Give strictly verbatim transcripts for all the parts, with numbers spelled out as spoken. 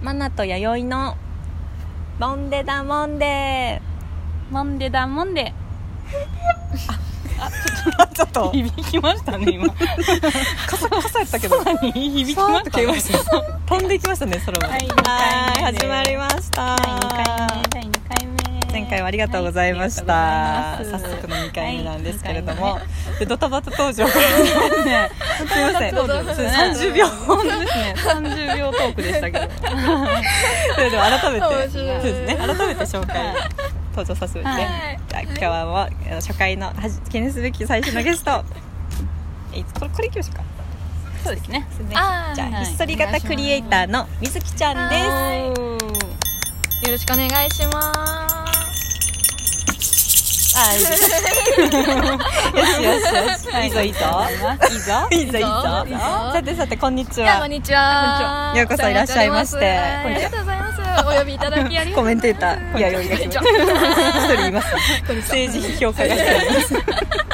マナと弥生のモンデダモンデモンデダモンデあちょっと響きましたね今カサカサやったけど空に響きましたね。 飛んでいきましたね空まで。 はいはい始まりました。 だいにかいめだいにかいめ前回はありがとうございました、 はい、 早速のにかいめなんですけれども、 はい、 でドタバタ登場からねすいませんさんじゅうびょう本当ですねさんじゅうびょうトークでしたけどそれでは改めて面白いそうですね改めて紹介登場させて、はい、じゃあ今日はもう初回の記念すべき最初のゲストいつこれこれいきましょうか。 そうですね。 じゃあ、はい、ひっそり型クリエイターのみずきちゃんです。 よろしくお願いします。 あ、いいですよしよしよし、はい、いいぞいいぞいいぞいいぞいいぞ。さてさてこんにちは。 こんにちは。 ようこそいらっしゃいまして。 ありがとうございます。お呼びいただきありがとうございます。 コメンテーターいやいや一人います。政治批評家が一人います。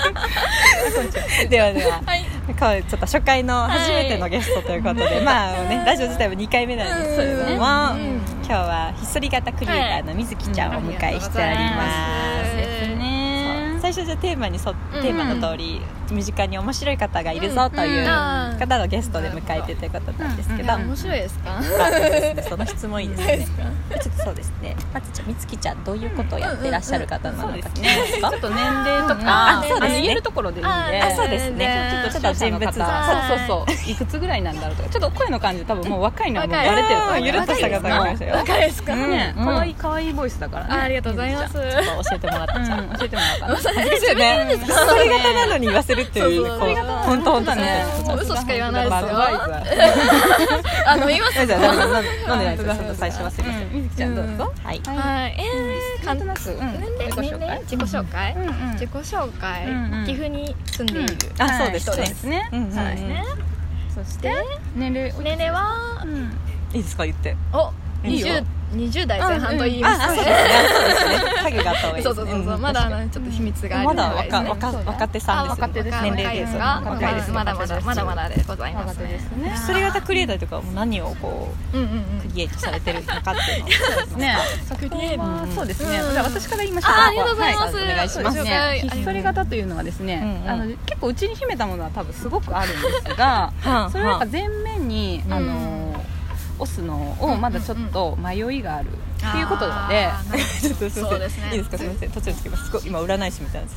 ではでは、はい、ちょっと初回の初めてのゲストということで、はい、まあねラジオ自体もにかいめなんですけれども、うん、今日はひっそり型クリエイターのみずきちゃんをお迎えしております。ですね。最初じゃテーマにそテーマの通り、うん、身近に面白い方がいるぞという方のゲストで迎えてということなんですけど、 面白いですか？ あ、そうですね、その質問いいですね。ちょっとそうですね。まずじゃみつきちゃんどういうことをやってらっしゃる方なのか聞きますか？ ちょっと年齢とか、 あ、そうですね、 言えるところでいいんで、 あ、そうですね。ちょっと人物像、 そうそうそう、いくつぐらいなんだろうとか、ちょっと声の感じ多分もう若いのはもうバレてると思う。 ゆるっとした方がいましたよ。 若いですか？ ね、可愛い可愛いボイスだからね。 ありがとうございます。 ちょっと教えてもらったじゃん。 教えてもらった。 ですよね。ひっそり型なのに言わせるっていう、本当本当ね。 嘘しか言わないですよ。あの言いますよ。 なんでなんですか。ちょっと最初忘れました。みずきちゃんどうぞ。はい。 はい。えー、簡単なく年齢自己紹介自己紹介岐阜に住んでいる。 あ、そうですそうですね。そうですね。そして年齢年齢はいいですか言って。 お、にじゅうにじゅう代前半と言いますね。 そうですね。影があった方がいいですね。 そうそうそう。まだちょっと秘密がある。 まだ若若若手さんです。 若手です。年齢ですが若いです。まだまだまだまだでございます。 ひっそり型クリエイターとかも何をこうクリエイトされてるのかっていうのをそうですね。 クリエイターそうですね。じゃあ私から言いましょうか。ありがとうございます。 お願いしますね。ひっそり型というのはですね、あの結構うちに秘めたものは多分すごくあるんですが、それはやっぱ前面にあの押すのをまだちょっと迷いがあるっていうことで、 ちょっとすみません、いいですか、すみません、途中つけます。すごい今占い師みたいなんです。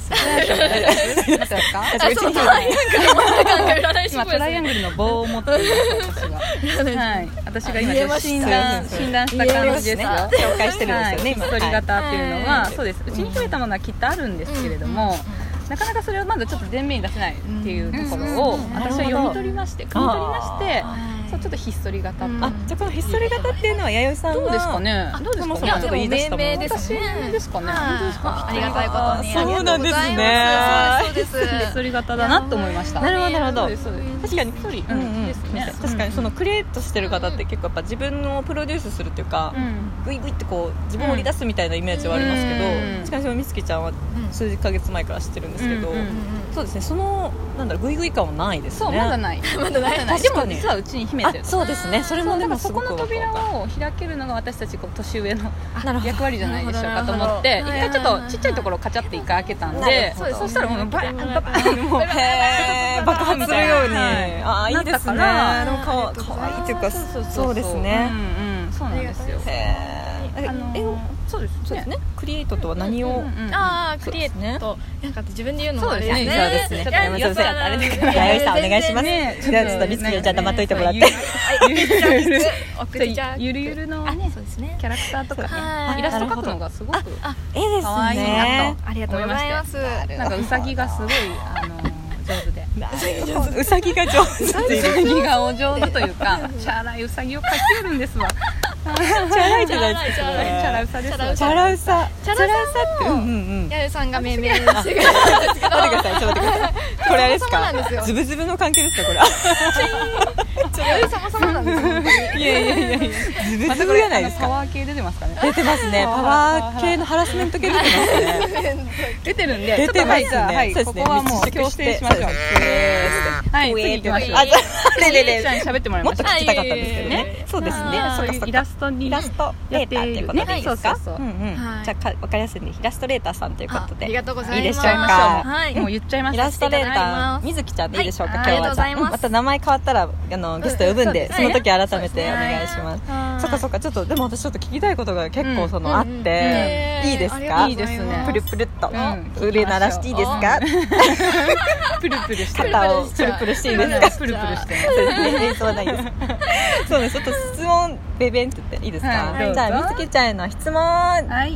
今トライアングルの棒を持っています私が。はい、私が今診断診断した感じですよ。 紹介してるんですよね。 ひっそり型っていうのはそうです。うちに秘めたものはきっとあるんですけれども。なかなかそれをまだちょっと前面に出せないっていうところを私は読み取りまして汲み取りましてそうちょっとひっそり型と、 あ、じゃあこのひっそり型っていうのは弥生さんがどうですかね。 どうですかね。 いやでも命名ですね。 私ですかね。 ありがたいことにそうなんですね。 そうです。 ひっそり型だなと思いました。 なるほどなるほど。 確かにひっそりですね。 確かにそのクリエイトしてる方って結構やっぱ自分をプロデュースするっていうかグイグイってこう自分を売り出すみたいなイメージはありますけど、しかしみつきちゃんは数ヶ月前から知ってるんですけど、そうですね、そのなんだろうグイグイ感はないですね。 そうまだないまだない。 でも実はうちに秘めてる。 そうですね。それもでもそこの扉を開けるのが私たちこう年上の役割じゃないでしょうかと思って一回ちょっとちっちゃいところをカチャって一回開けたんで、そしたらもうバーンバーンもう爆発するように、ああいいですね。でもかかわいいっていうかそうですね。 そうなんですよ。 あのそうですね。クリエイトとは何を？ ああクリエイトなんか自分で言うのもあれですね。 そうですね。ちょっとやめてください。あれだから弥生さんお願いします。じゃあちょっとみつきちゃん黙っといてもらって。 ゆるゆるのキャラクターとかねイラスト描くのがすごく可愛いなとありがとうございます。 なんかウサギがすごいあの上手で。 ウサギが上手。ウサギがお上手というかチャラいウサギを描きうるんですわ。 チャラいじゃないですか。 チャラウサです。 チャラウサ。 チャラウサってうんうんうん。 やゆさんが命名してくれたんですけど。 待ってください。ちょっと待ってください。これあれですか。ズブズブの関係ですかこれ。 やゆ様様なんです。いいやいやいやいやズブズブじゃないですか。 パワー系出てますかね。 出てますね。パワー系のハラスメント系出てますね。 出てるんで出てますね。 はい、ここはもう強制しましょう。はい、次行きましょう。 あ、ででで喋ってもらいました。 もっと聞きたかったんですけどね。そうですね。 そういうイラストにイラストレーターっていうことでいいですか？ そうそうそう。 じゃあわかりやすいんでイラストレーターさんということでありがとうございます。 いいでしょうか？ もう言っちゃいます。 イラストレーターみずきちゃんでいいでしょうか？今日はじゃあまた名前変わったらあのゲスト呼ぶんでその時改めてお願いします。そっかそっか。ちょっとでも私ちょっと聞きたいことが結構そのあっていいですか？ いいですね。 プルプルっと腕鳴らしていいですか？ プルプルして肩をプルプルしていいですか？ プルプルして演奏はないですそうです。ちょっと質問ベベンって言っていいですか？じゃあみつきちゃんへの質問。 はい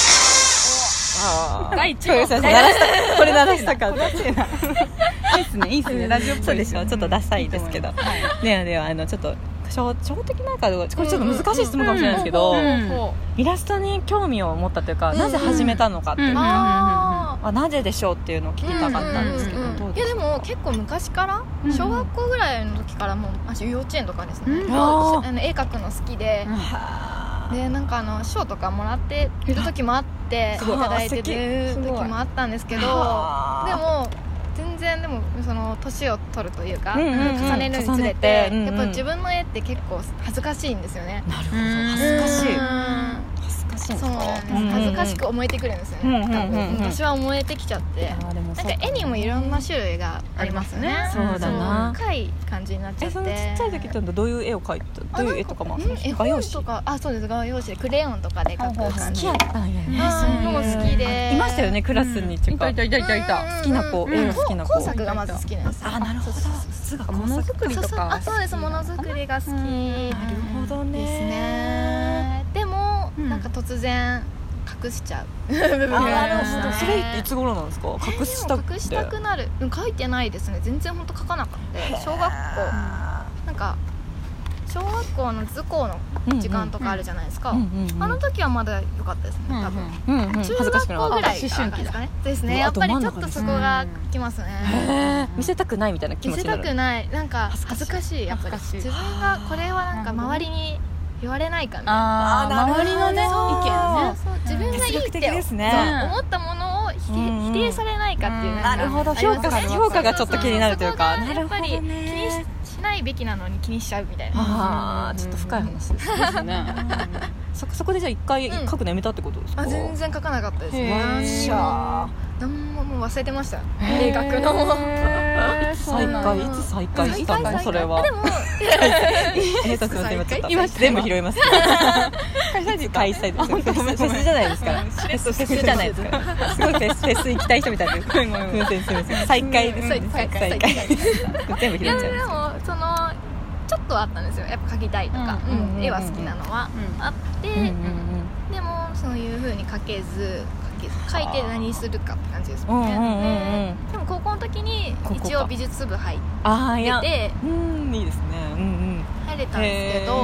第一問これ鳴らしたかったいいですねいいですねラジオっぽい。 そうでしょ。ちょっとダサいですけどね。ではあのちょっと小的なかどうかこれちょっと難しい質問かもしれないですけどイラストに興味を持ったというかなぜ始めたのかっていうかなぜでしょうっていうのを聞きたかったんですけどどうですか？ いやでも結構昔から小学校ぐらいの時からもう幼稚園とかですね絵描くの好きででなんかあの賞とかもらっている時もあっていただいてる時もあったんですけどでも全然でもその年を取るというか、うんうんうん、重ねるにつれて、うんうん、やっぱ自分の絵って結構恥ずかしいんですよね。 なるほど恥ずかしい恥ずかしいんですか？ そうなんです、うんうん、恥ずかしく思えてくるんですよね、うんうんうん、私は思えてきちゃってなんか絵にもいろんな種類がありますよね。 そうだな深い感じになっちゃって。 えそのちっちゃい時ってどういう絵を描いたどういう絵とかも絵本とかあそうです画用紙でクレヨンとかで描く感じ好きやったんやね。 そういうのも好きでいましたよねクラスにいたいたいたいたいた好きな子絵が好きな子工作がまず好きなんです。 あなるほどものづくりとかあそうですものづくりが好きなるほどねですね。でもなんか突然隠しちゃう部分がなるほど。それいつ頃なんですか？隠したく隠したくなる書いてないですね。全然本当書かなかった小学校なんか小学校の図工の時間とかあるじゃないですか、うんうんうん、あの時はまだ良かったですね多分、うんうん、中学校ぐらいからですかねですね。やっぱりちょっとそこがきますね。 見せたくないみたいな気持ちになる。 見せたくないなんか恥ずかしいやっぱり自分がこれはなんか周りに言われないかなあ周りのね意見ねそう自分がいいってです、ね、 思ったものを否定、うん、否定されないかっていう、うん、 なるほど評価評価がちょっと気になるというかやっぱり気に し, しないべきなのに気にしちゃうみたいなあちょっと深い話ですねそ, そこでじゃあ一回書くのやめたってことですか？ あ全然書かなかったですね。何ももう忘れてました絵描くの再開いつ再開したのそれは。 でも今全部拾います開催ですフェスじゃないですからフェスじゃないですからすごいフェスフェス行きたい人みたいですみませんすみません再開です再開全部拾っちゃう。 でもそのちょっとはあったんですよやっぱ描きたいとか絵は好きなのはあってでもそういう風に描けず書いて何するかって感じですもんね、うんうんうんうん、でも高校の時に一応美術部入っててあいやうんいいですね、うんうん、 入れたんですけど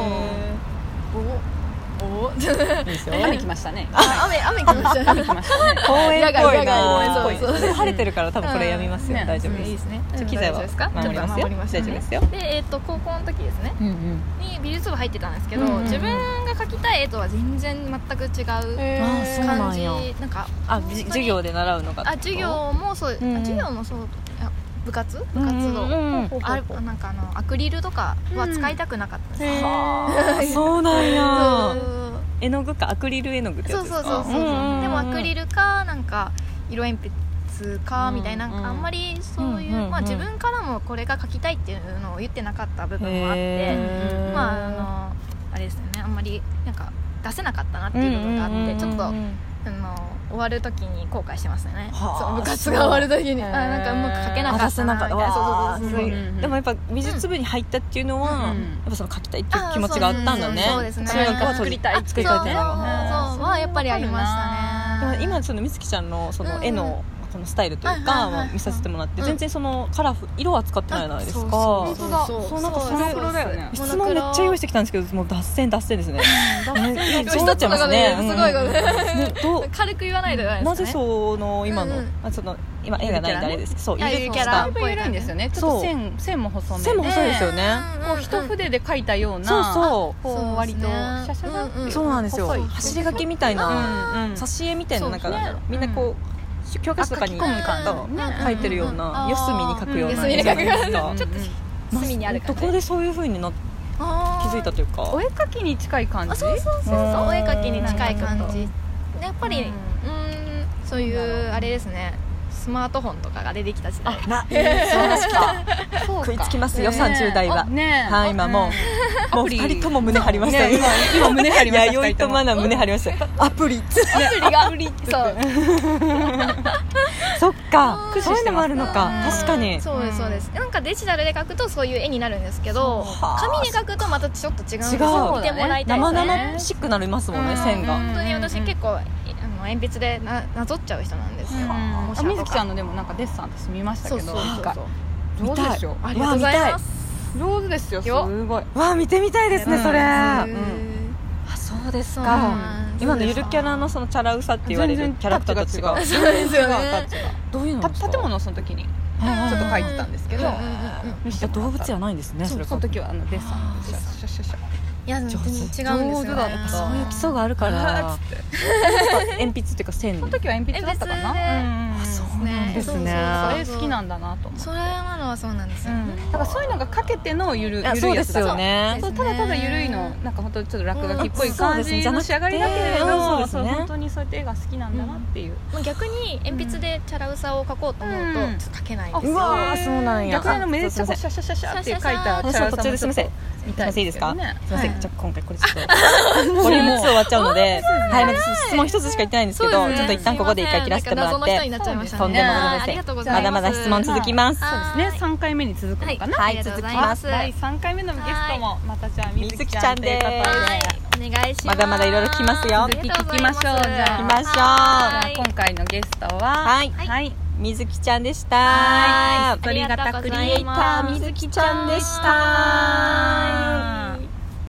おお雨来ましたね。 あ雨雨来ましたね。 雨来ましたね。 公園っぽいな。 そうそうそう晴れてるから多分これやみますよ。大丈夫です。 いいですね。 機材は守りますよ。大丈夫ですよ。 でえっと高校の時ですね。に美術部入ってたんですけど、自分が描きたい絵とは全然全く違う感じ。なんかあ授業で習うのが。 あ授業もそう授業もそう。部活部活動、うん、あなんかあのアクリルとかは使いたくなかったです、 うん、そうなんや絵の具かアクリル絵の具ってやつですか？ そうそうそうそう、うん、でもアクリルかなんか色鉛筆かみたいな、うん、なんかあんまりそういう、うん、まあ、自分からもこれが描きたいっていうのを言ってなかった部分もあってまああのあれですよねあんまりなんか出せなかったなっていう部分があってちょっとあの終わる時に後悔してますね。その部活が終わる時にあなんかうまく描けなかったなみたいな。そうそうそうそう。 でもやっぱ美術部に入ったっていうのは、うん、やっぱその描きたいっていう気持ちがあったんだね。 そうですね。 それが作りたい作りたいっていうのが。 そうはやっぱりありましたね。でも今その美月ちゃんのその絵のこのスタイルというか、まあ、見させてもらって全然そのカラフ色は使ってないじゃないですか。 そうそうそうそうなんかそれだよね。質問めっちゃ用意してきたんですけどもう脱線脱線ですね。そうなっちゃいますね。 すごい軽く言わないでないですかね。 なぜその今のその今絵がないんであれですけど、そうゆるキャラだいぶ緩いんですよね。ちょっと線線も細めで、 線も細いですよね。 こう一筆で描いたような、 そうそう、 こう割とシャシャシャって、 そうなんですよ。走り書きみたいな、挿絵みたいな、なんかみんなこう教科書とかに書いてるような、四隅に書くような、 隅に書くような、 ちょっと隅にある感じ。どこでそういう風になって気づいたというか、 お絵描きに近い感じ。 そうそうそうそう、お絵描きに近い感じ。やっぱり、うん、そういうあれですね。スマートフォンとかが出てきた時代。 な、そうですか。食いつきますよ、さんじゅう代は。はい、今もうもう二人とも胸張りました。 今今胸張りました。 弥生とマナ胸張りました。アプリ、 アプリが、そう。 そっか、そういうのもあるのか。確かに。 そうですそうです。なんかデジタルで描くとそういう絵になるんですけど、紙で描くとまたちょっと違うんですよ。見てもらいたいですね。 生々しくなりますもんね、線が。 本当に私結構鉛筆でななぞっちゃう人なんですよ。 みずきちゃんのでもなんかデッサン私見ましたけど、上手でしょ。 ありがとうございます。 上手ですよ。すごい。 わあ、見てみたいですね、それ。あ、そうですか。今のゆるキャラのそのチャラウサって言われるキャラクターと違う。 そうですよね。 どういうの？ 建物をその時にちょっと描いてたんですけど、 動物じゃないんですね。 その時はあのデッサンシャシャシャ。 いや、全然違うんですよね。 そういう基礎があるから鉛筆っていうか線、 その時は鉛筆だったかな。 そうなんですね。 それ好きなんだなと思って。 それなのはそうなんですよ。 だからそういうのがかけてのゆるゆるいやつだ。 そうですよね。 ただただゆるいの、なんか本当ちょっと落書きっぽい感じの仕上がりだけれど、本当にそうやって絵が好きなんだなっていう。 逆に鉛筆でチャラウサを描こうと思うとちょっと描けないんですよ。 うわ、そうなんや。 逆にあのめっちゃシャシャシャシャって描いたチャラウサもすみません。 すみません、いいですか？すみません、じゃあ今回これちょっとボリュームツー終わっちゃうので、はい、まだ質問一つしか言ってないんですけど、ちょっと一旦ここで一回切らせてもらって、とんでもございません。まだまだ質問続きます。 そうですね、さんかいめに続くのかな。 はい、続きます。 だいさんかいめのゲストもまたじゃあみずきちゃんということで、 お願いします。 まだまだいろいろ聞きますよ。 続き聞きましょう。じゃあ聞きましょう。じゃあ今回のゲストは、 はいはいみずきちゃんでした。 鳥型クリエイターみずきちゃんでした。